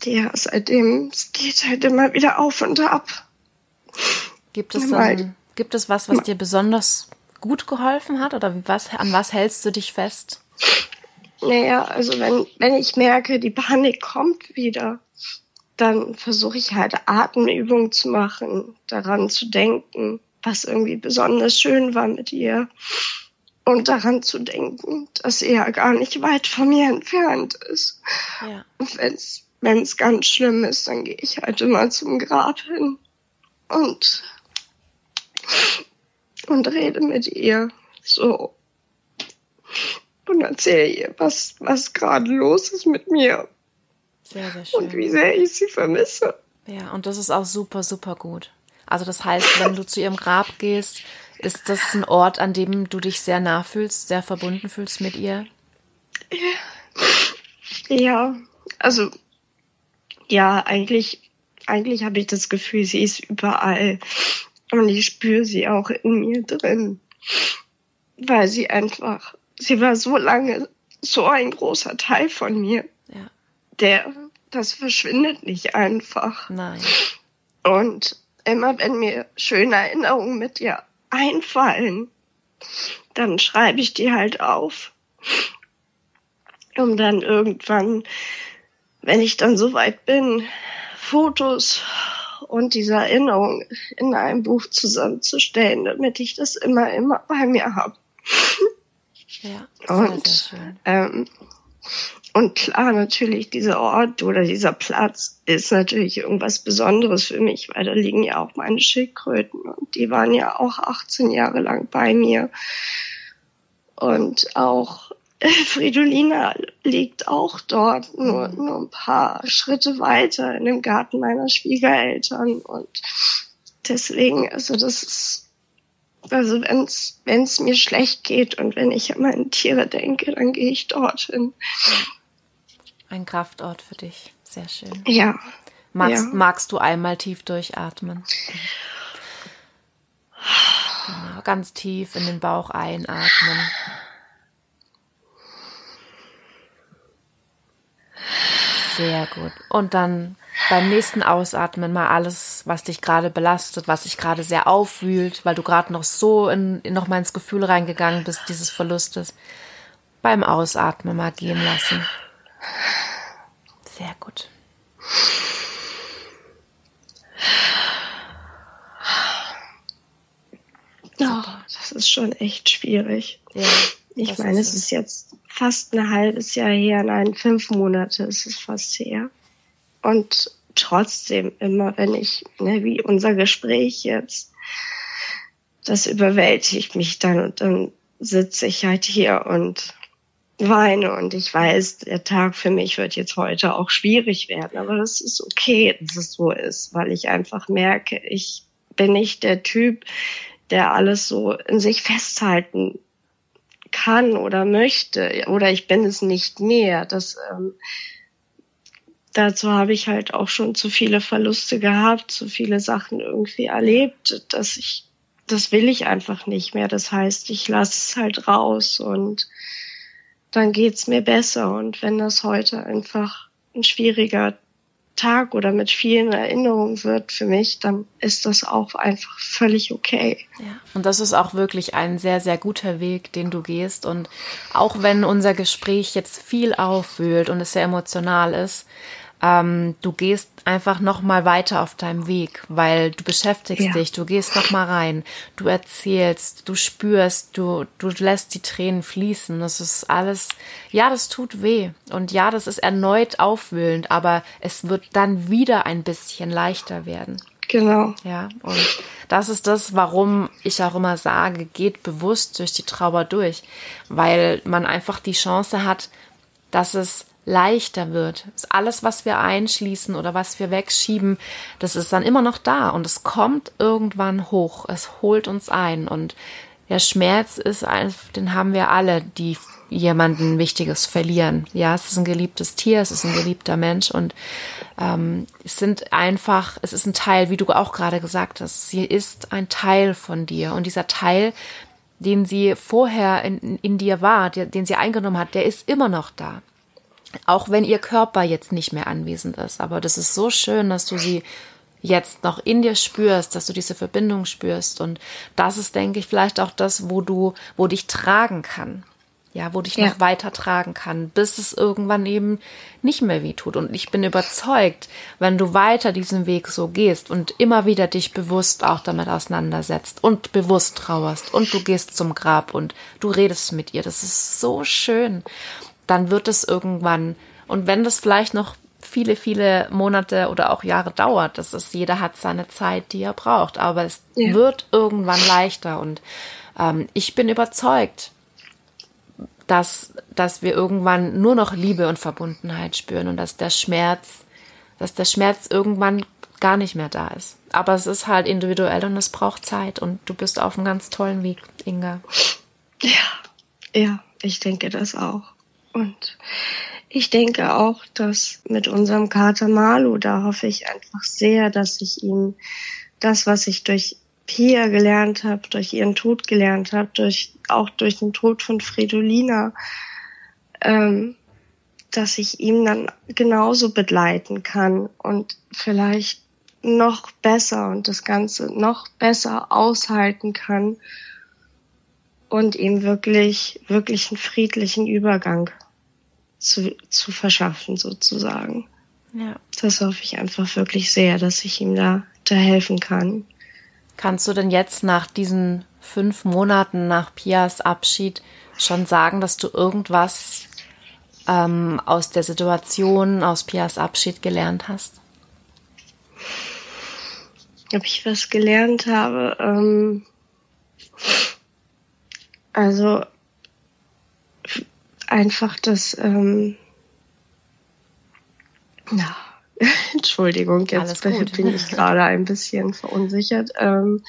Speaker 2: ja, seitdem, es geht halt immer wieder auf und ab.
Speaker 1: Gibt es dann, gibt es was, was dir besonders gut geholfen hat? Oder was, an was hältst du dich fest?
Speaker 2: Naja, also wenn, wenn ich merke, die Panik kommt wieder, dann versuche ich halt Atemübungen zu machen, daran zu denken, was irgendwie besonders schön war mit ihr. Und daran zu denken, dass sie ja gar nicht weit von mir entfernt ist.
Speaker 1: Ja.
Speaker 2: Und wenn's, wenn's ganz schlimm ist, dann gehe ich halt immer zum Grab hin und, und rede mit ihr so. Und erzähle ihr, was, was gerade los ist mit mir.
Speaker 1: Sehr, sehr schön.
Speaker 2: Und wie sehr ich sie vermisse.
Speaker 1: Ja, und das ist auch super, super gut. Also das heißt, wenn du zu ihrem Grab gehst, ist das ein Ort, an dem du dich sehr nah fühlst, sehr verbunden fühlst mit ihr?
Speaker 2: Ja, ja, also ja, eigentlich, eigentlich habe ich das Gefühl, sie ist überall. Und ich spüre sie auch in mir drin. Weil sie einfach, sie war so lange so ein großer Teil von mir.
Speaker 1: Ja.
Speaker 2: Der, das verschwindet nicht einfach.
Speaker 1: Nein.
Speaker 2: Und immer wenn mir schöne Erinnerungen mit ihr einfallen, dann schreibe ich die halt auf. Um dann irgendwann, wenn ich dann soweit bin, Fotos und diese Erinnerungen in einem Buch zusammenzustellen, damit ich das immer, immer bei mir habe.
Speaker 1: Ja, sehr,
Speaker 2: und,
Speaker 1: sehr schön.
Speaker 2: Ähm, und klar, natürlich, dieser Ort oder dieser Platz ist natürlich irgendwas Besonderes für mich, weil da liegen ja auch meine Schildkröten und die waren ja auch achtzehn Jahre lang bei mir. Und auch Fridolina liegt auch dort, nur, nur ein paar Schritte weiter in dem Garten meiner Schwiegereltern. Und deswegen, also das ist, also wenn's, wenn's mir schlecht geht und wenn ich an meine Tiere denke, dann gehe ich dorthin.
Speaker 1: Ein Kraftort für dich, sehr schön.
Speaker 2: Ja.
Speaker 1: Magst,
Speaker 2: ja.
Speaker 1: magst du einmal tief durchatmen? Genau, ganz tief in den Bauch einatmen. Sehr gut. Und dann beim nächsten Ausatmen mal alles, was dich gerade belastet, was dich gerade sehr aufwühlt, weil du gerade noch so in, in noch mal ins Gefühl reingegangen bist, dieses Verlustes, beim Ausatmen mal gehen lassen. Sehr gut.
Speaker 2: Oh, das ist schon echt schwierig.
Speaker 1: Ja,
Speaker 2: ich meine, es ist jetzt fast ein halbes Jahr her, nein, fünf Monate ist es fast her. Und trotzdem immer, wenn ich, ne, wie unser Gespräch jetzt, das überwältigt mich dann und dann sitze ich halt hier und weine und ich weiß, der Tag für mich wird jetzt heute auch schwierig werden, aber das ist okay, dass es so ist, weil ich einfach merke, ich bin nicht der Typ, der alles so in sich festhalten kann oder möchte, oder ich bin es nicht mehr. Das, ähm, dazu habe ich halt auch schon zu viele Verluste gehabt, zu viele Sachen irgendwie erlebt, dass ich, das will ich einfach nicht mehr. Das heißt, ich lasse es halt raus und dann geht's mir besser. Und wenn das heute einfach ein schwieriger Tag oder mit vielen Erinnerungen wird für mich, dann ist das auch einfach völlig okay.
Speaker 1: Ja, und das ist auch wirklich ein sehr, sehr guter Weg, den du gehst. Und auch wenn unser Gespräch jetzt viel aufwühlt und es sehr emotional ist, ähm, du gehst einfach noch mal weiter auf deinem Weg, weil du beschäftigst ja. dich, du gehst noch mal rein, du erzählst, du spürst, du du lässt die Tränen fließen. Das ist alles, ja, das tut weh und ja, das ist erneut aufwühlend, aber es wird dann wieder ein bisschen leichter werden.
Speaker 2: Genau.
Speaker 1: Ja, und das ist das, warum ich auch immer sage, geht bewusst durch die Trauer durch, weil man einfach die Chance hat, dass es leichter wird. Alles, was wir einschließen oder was wir wegschieben, das ist dann immer noch da und es kommt irgendwann hoch. Es holt uns ein und der Schmerz ist, den haben wir alle, die jemanden Wichtiges verlieren. Ja, es ist ein geliebtes Tier, es ist ein geliebter Mensch und ähm, es sind einfach, es ist ein Teil, wie du auch gerade gesagt hast, sie ist ein Teil von dir und dieser Teil, den sie vorher in, in dir war, der, den sie eingenommen hat, der ist immer noch da. Auch wenn ihr Körper jetzt nicht mehr anwesend ist. Aber das ist so schön, dass du sie jetzt noch in dir spürst, dass du diese Verbindung spürst. Und das ist, denke ich, vielleicht auch das, wo du, wo dich tragen kann. Ja, wo dich
Speaker 2: Ja.
Speaker 1: noch weiter tragen kann, bis es irgendwann eben nicht mehr wehtut. Und ich bin überzeugt, wenn du weiter diesen Weg so gehst und immer wieder dich bewusst auch damit auseinandersetzt und bewusst trauerst und du gehst zum Grab und du redest mit ihr, das ist so schön, dann wird es irgendwann, und wenn das vielleicht noch viele, viele Monate oder auch Jahre dauert, das ist, jeder hat seine Zeit, die er braucht, aber es
Speaker 2: Ja.
Speaker 1: wird irgendwann leichter und ähm, ich bin überzeugt, dass, dass wir irgendwann nur noch Liebe und Verbundenheit spüren und dass der Schmerz, dass der Schmerz irgendwann gar nicht mehr da ist. Aber es ist halt individuell und es braucht Zeit und du bist auf einem ganz tollen Weg, Inga.
Speaker 2: Ja, ja, ich denke das auch. Und ich denke auch, dass mit unserem Kater Malu, da hoffe ich einfach sehr, dass ich ihm das, was ich durch Pia gelernt habe, durch ihren Tod gelernt habe, durch auch durch den Tod von Fridolina, ähm, dass ich ihm dann genauso begleiten kann und vielleicht noch besser und das Ganze noch besser aushalten kann und ihm wirklich, wirklich einen friedlichen Übergang zu, zu verschaffen, sozusagen.
Speaker 1: Ja.
Speaker 2: Das hoffe ich einfach wirklich sehr, dass ich ihm da, da helfen kann.
Speaker 1: Kannst du denn jetzt nach diesen fünf Monaten nach Pias Abschied schon sagen, dass du irgendwas ähm, aus der Situation, aus Pias Abschied gelernt hast?
Speaker 2: Ob ich was gelernt habe? Ähm, also einfach das, ähm, na, Entschuldigung, jetzt bin ich gerade ein bisschen verunsichert. Ähm,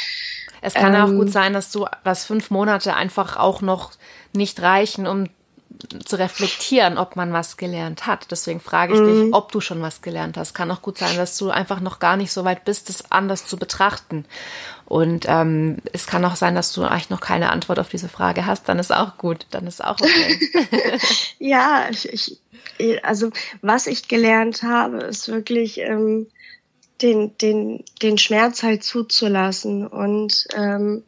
Speaker 1: es kann
Speaker 2: ähm,
Speaker 1: auch gut sein, dass du, dass fünf Monate einfach auch noch nicht reichen, um zu reflektieren, ob man was gelernt hat. Deswegen frage ich
Speaker 2: mm.
Speaker 1: dich, ob du schon was gelernt hast. Kann auch gut sein, dass du einfach noch gar nicht so weit bist, das anders zu betrachten. Und ähm, es kann auch sein, dass du eigentlich noch keine Antwort auf diese Frage hast. Dann ist auch gut. Dann ist auch okay.
Speaker 2: Ja, ich, ich, also was ich gelernt habe, ist wirklich ähm, den den den Schmerz halt zuzulassen. Und ähm,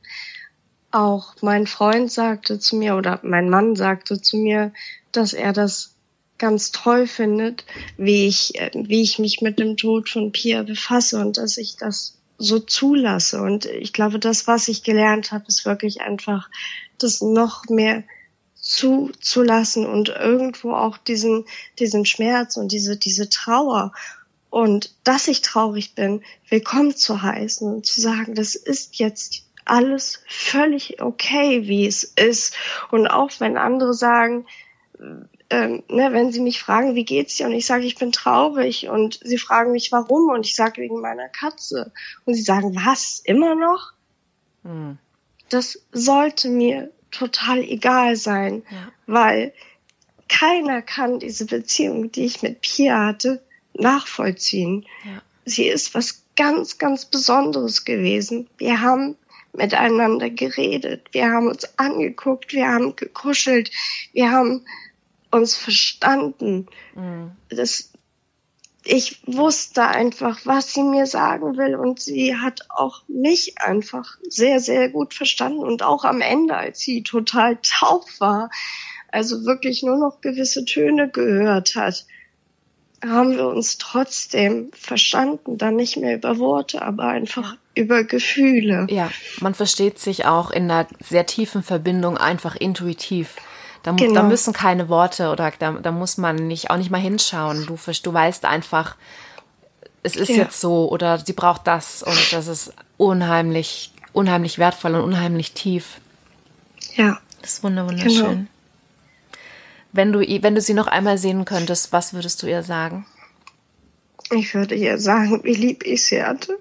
Speaker 2: auch mein Freund sagte zu mir oder mein Mann sagte zu mir, dass er das ganz toll findet, wie ich wie ich mich mit dem Tod von Pia befasse und dass ich das so zulasse. Und ich glaube, das, was ich gelernt habe, ist wirklich einfach, das noch mehr zuzulassen und irgendwo auch diesen diesen Schmerz und diese diese Trauer und dass ich traurig bin, willkommen zu heißen und zu sagen, das ist jetzt alles völlig okay, wie es ist. Und auch wenn andere sagen, ähm, ne, wenn sie mich fragen, wie geht's dir? Und ich sage, ich bin traurig. Und sie fragen mich, warum? Und ich sage, wegen meiner Katze. Und sie sagen, was? Immer noch?
Speaker 1: Hm.
Speaker 2: Das sollte mir total egal sein,
Speaker 1: Ja.
Speaker 2: weil keiner kann diese Beziehung, die ich mit Pia hatte, nachvollziehen.
Speaker 1: Ja.
Speaker 2: Sie ist was ganz, ganz Besonderes gewesen. Wir haben miteinander geredet, wir haben uns angeguckt, wir haben gekuschelt, wir haben uns verstanden.
Speaker 1: Mhm.
Speaker 2: Das, ich wusste einfach, was sie mir sagen will und sie hat auch mich einfach sehr, sehr gut verstanden und auch am Ende, als sie total taub war, also wirklich nur noch gewisse Töne gehört hat, haben wir uns trotzdem verstanden, dann nicht mehr über Worte, aber einfach ja. über Gefühle.
Speaker 1: Ja, man versteht sich auch in einer sehr tiefen Verbindung einfach intuitiv. Da, genau. da müssen keine Worte oder da, da muss man nicht auch nicht mal hinschauen. Du, du weißt einfach, es ist ja. jetzt so oder sie braucht das und das ist unheimlich, unheimlich wertvoll und unheimlich tief.
Speaker 2: Ja.
Speaker 1: Das ist wunderschön. Genau. Wenn du, wenn du sie noch einmal sehen könntest, was würdest du ihr sagen?
Speaker 2: Ich würde ihr sagen, wie lieb ich sie hatte.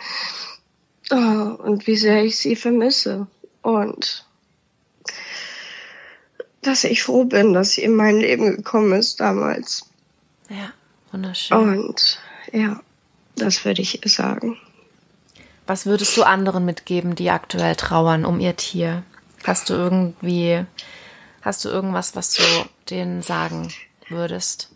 Speaker 2: Oh, und wie sehr ich sie vermisse. Und dass ich froh bin, dass sie in mein Leben gekommen ist damals.
Speaker 1: Ja, wunderschön.
Speaker 2: Und ja, das würde ich ihr sagen.
Speaker 1: Was würdest du anderen mitgeben, die aktuell trauern um ihr Tier? Hast du irgendwie... Hast du irgendwas, was du denen sagen würdest?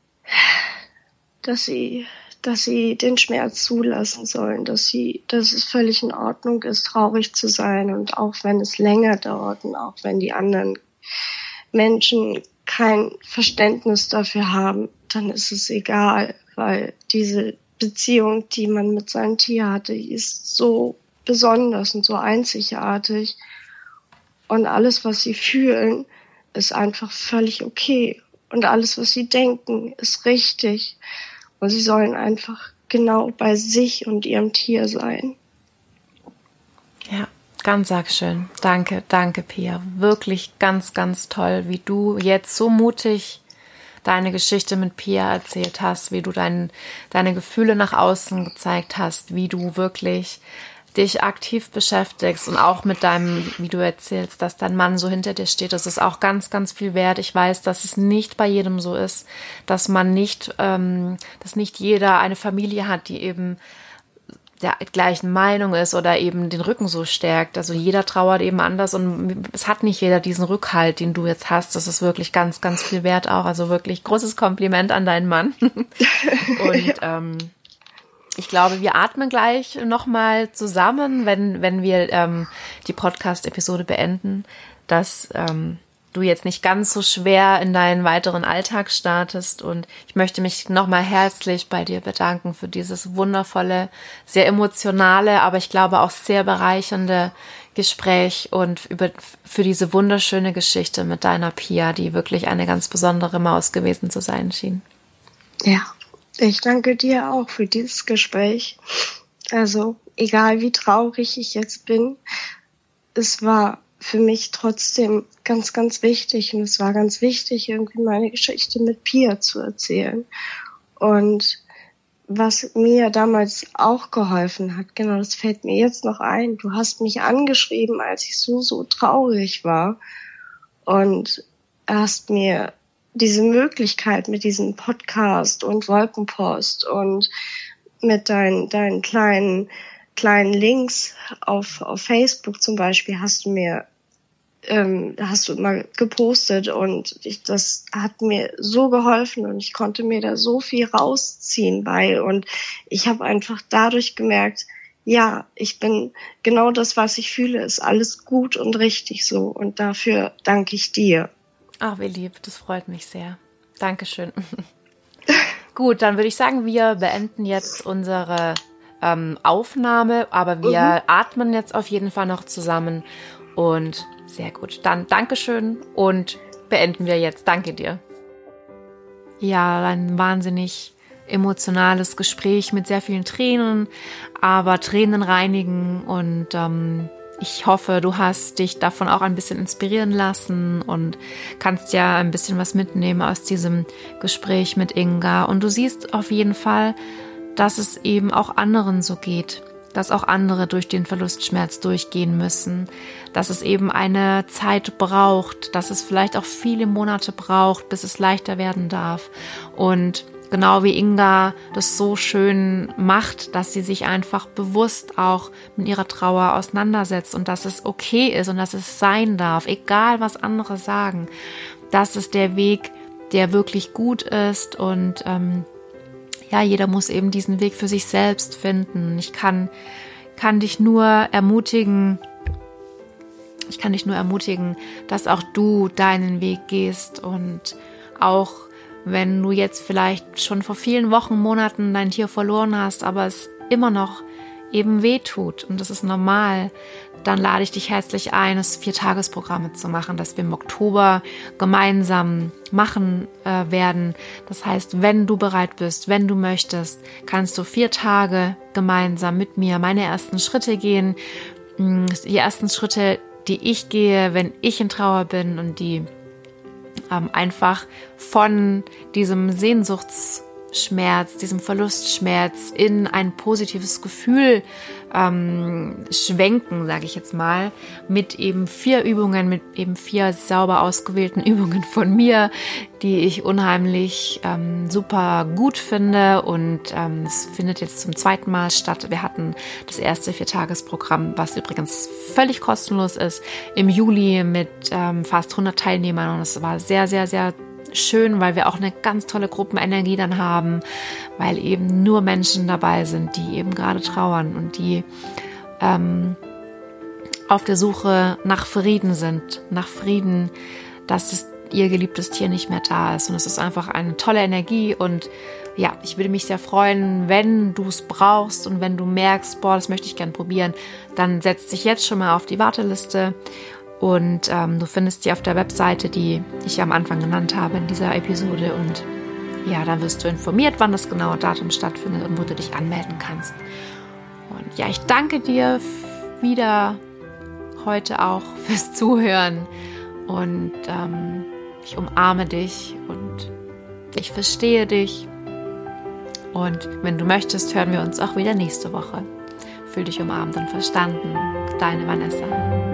Speaker 2: Dass sie, dass sie den Schmerz zulassen sollen, dass sie, dass es völlig in Ordnung ist, traurig zu sein, und auch wenn es länger dauert und auch wenn die anderen Menschen kein Verständnis dafür haben, dann ist es egal, weil diese Beziehung, die man mit seinem Tier hatte, die ist so besonders und so einzigartig, und alles, was sie fühlen, ist einfach völlig okay, und alles, was sie denken, ist richtig, und sie sollen einfach genau bei sich und ihrem Tier sein.
Speaker 1: Ja, ganz arg schön. Danke, danke, Pia. Wirklich ganz, ganz toll, wie du jetzt so mutig deine Geschichte mit Pia erzählt hast, wie du dein, deine Gefühle nach außen gezeigt hast, wie du wirklich dich aktiv beschäftigst und auch mit deinem, wie du erzählst, dass dein Mann so hinter dir steht. Das ist auch ganz, ganz viel wert. Ich weiß, dass es nicht bei jedem so ist, dass man nicht, ähm, dass nicht jeder eine Familie hat, die eben der gleichen Meinung ist oder eben den Rücken so stärkt. Also jeder trauert eben anders und es hat nicht jeder diesen Rückhalt, den du jetzt hast. Das ist wirklich ganz, ganz viel wert auch. Also wirklich großes Kompliment an deinen Mann. Und ja. ähm, ich glaube, wir atmen gleich nochmal zusammen, wenn, wenn wir ähm, die Podcast-Episode beenden, dass ähm, du jetzt nicht ganz so schwer in deinen weiteren Alltag startest. Und ich möchte mich nochmal herzlich bei dir bedanken für dieses wundervolle, sehr emotionale, aber ich glaube auch sehr bereichernde Gespräch und über, für diese wunderschöne Geschichte mit deiner Pia, die wirklich eine ganz besondere Maus gewesen zu sein schien.
Speaker 2: Ja, ich danke dir auch für dieses Gespräch. Also, egal wie traurig ich jetzt bin, es war für mich trotzdem ganz, ganz wichtig, und es war ganz wichtig, irgendwie meine Geschichte mit Pia zu erzählen. Und was mir damals auch geholfen hat, genau, das fällt mir jetzt noch ein, du hast mich angeschrieben, als ich so, so traurig war, und hast mir diese Möglichkeit mit diesem Podcast und Wolkenpost und mit deinen, deinen kleinen, kleinen Links auf, auf Facebook zum Beispiel hast du mir, ähm, hast du mal gepostet, und ich, das hat mir so geholfen, und ich konnte mir da so viel rausziehen bei, und ich habe einfach dadurch gemerkt, ja, ich bin genau das, was ich fühle, ist alles gut und richtig so, und dafür danke ich dir.
Speaker 1: Ach, wie lieb, das freut mich sehr. Dankeschön. Gut, dann würde ich sagen, wir beenden jetzt unsere ähm, Aufnahme, aber wir mhm. atmen jetzt auf jeden Fall noch zusammen. Und sehr gut, dann Dankeschön und beenden wir jetzt. Danke dir. Ja, ein wahnsinnig emotionales Gespräch mit sehr vielen Tränen, aber Tränen reinigen, und ähm, ich hoffe, du hast dich davon auch ein bisschen inspirieren lassen und kannst ja ein bisschen was mitnehmen aus diesem Gespräch mit Inga. Und du siehst auf jeden Fall, dass es eben auch anderen so geht, dass auch andere durch den Verlustschmerz durchgehen müssen, dass es eben eine Zeit braucht, dass es vielleicht auch viele Monate braucht, bis es leichter werden darf. Und genau wie Inga das so schön macht, dass sie sich einfach bewusst auch mit ihrer Trauer auseinandersetzt und dass es okay ist und dass es sein darf, egal was andere sagen. Das ist der Weg, der wirklich gut ist, und ähm, ja, jeder muss eben diesen Weg für sich selbst finden. Ich kann, kann dich nur ermutigen, ich kann dich nur ermutigen, dass auch du deinen Weg gehst, und auch wenn du jetzt vielleicht schon vor vielen Wochen, Monaten dein Tier verloren hast, aber es immer noch eben weh tut, und das ist normal, dann lade ich dich herzlich ein, es Vier-Tages-Programme zu machen, das wir im Oktober gemeinsam machen äh, werden. Das heißt, wenn du bereit bist, wenn du möchtest, kannst du vier Tage gemeinsam mit mir meine ersten Schritte gehen. Die ersten Schritte, die ich gehe, wenn ich in Trauer bin, und die ähm, einfach von diesem Sehnsuchtsschmerz, diesem Verlustschmerz in ein positives Gefühl ähm, schwenken, sage ich jetzt mal, mit eben vier Übungen, mit eben vier sauber ausgewählten Übungen von mir, die ich unheimlich ähm, super gut finde, und ähm, es findet jetzt zum zweiten Mal statt. Wir hatten das erste Viertagesprogramm, was übrigens völlig kostenlos ist, im Juli mit ähm, fast hundert Teilnehmern, und es war sehr, sehr, sehr schön, weil wir auch eine ganz tolle Gruppenenergie dann haben, weil eben nur Menschen dabei sind, die eben gerade trauern und die ähm, auf der Suche nach Frieden sind, nach Frieden, dass es ihr geliebtes Tier nicht mehr da ist. Und es ist einfach eine tolle Energie und ja, ich würde mich sehr freuen, wenn du es brauchst und wenn du merkst, boah, das möchte ich gern probieren, dann setz dich jetzt schon mal auf die Warteliste und ähm, du findest die auf der Webseite, die ich am Anfang genannt habe in dieser Episode und ja, dann wirst du informiert, wann das genaue Datum stattfindet und wo du dich anmelden kannst. Und ja, ich danke dir wieder heute auch fürs Zuhören und ähm, ich umarme dich und ich verstehe dich. Und wenn du möchtest, hören wir uns auch wieder nächste Woche. Fühl dich umarmt und verstanden. Deine Vanessa.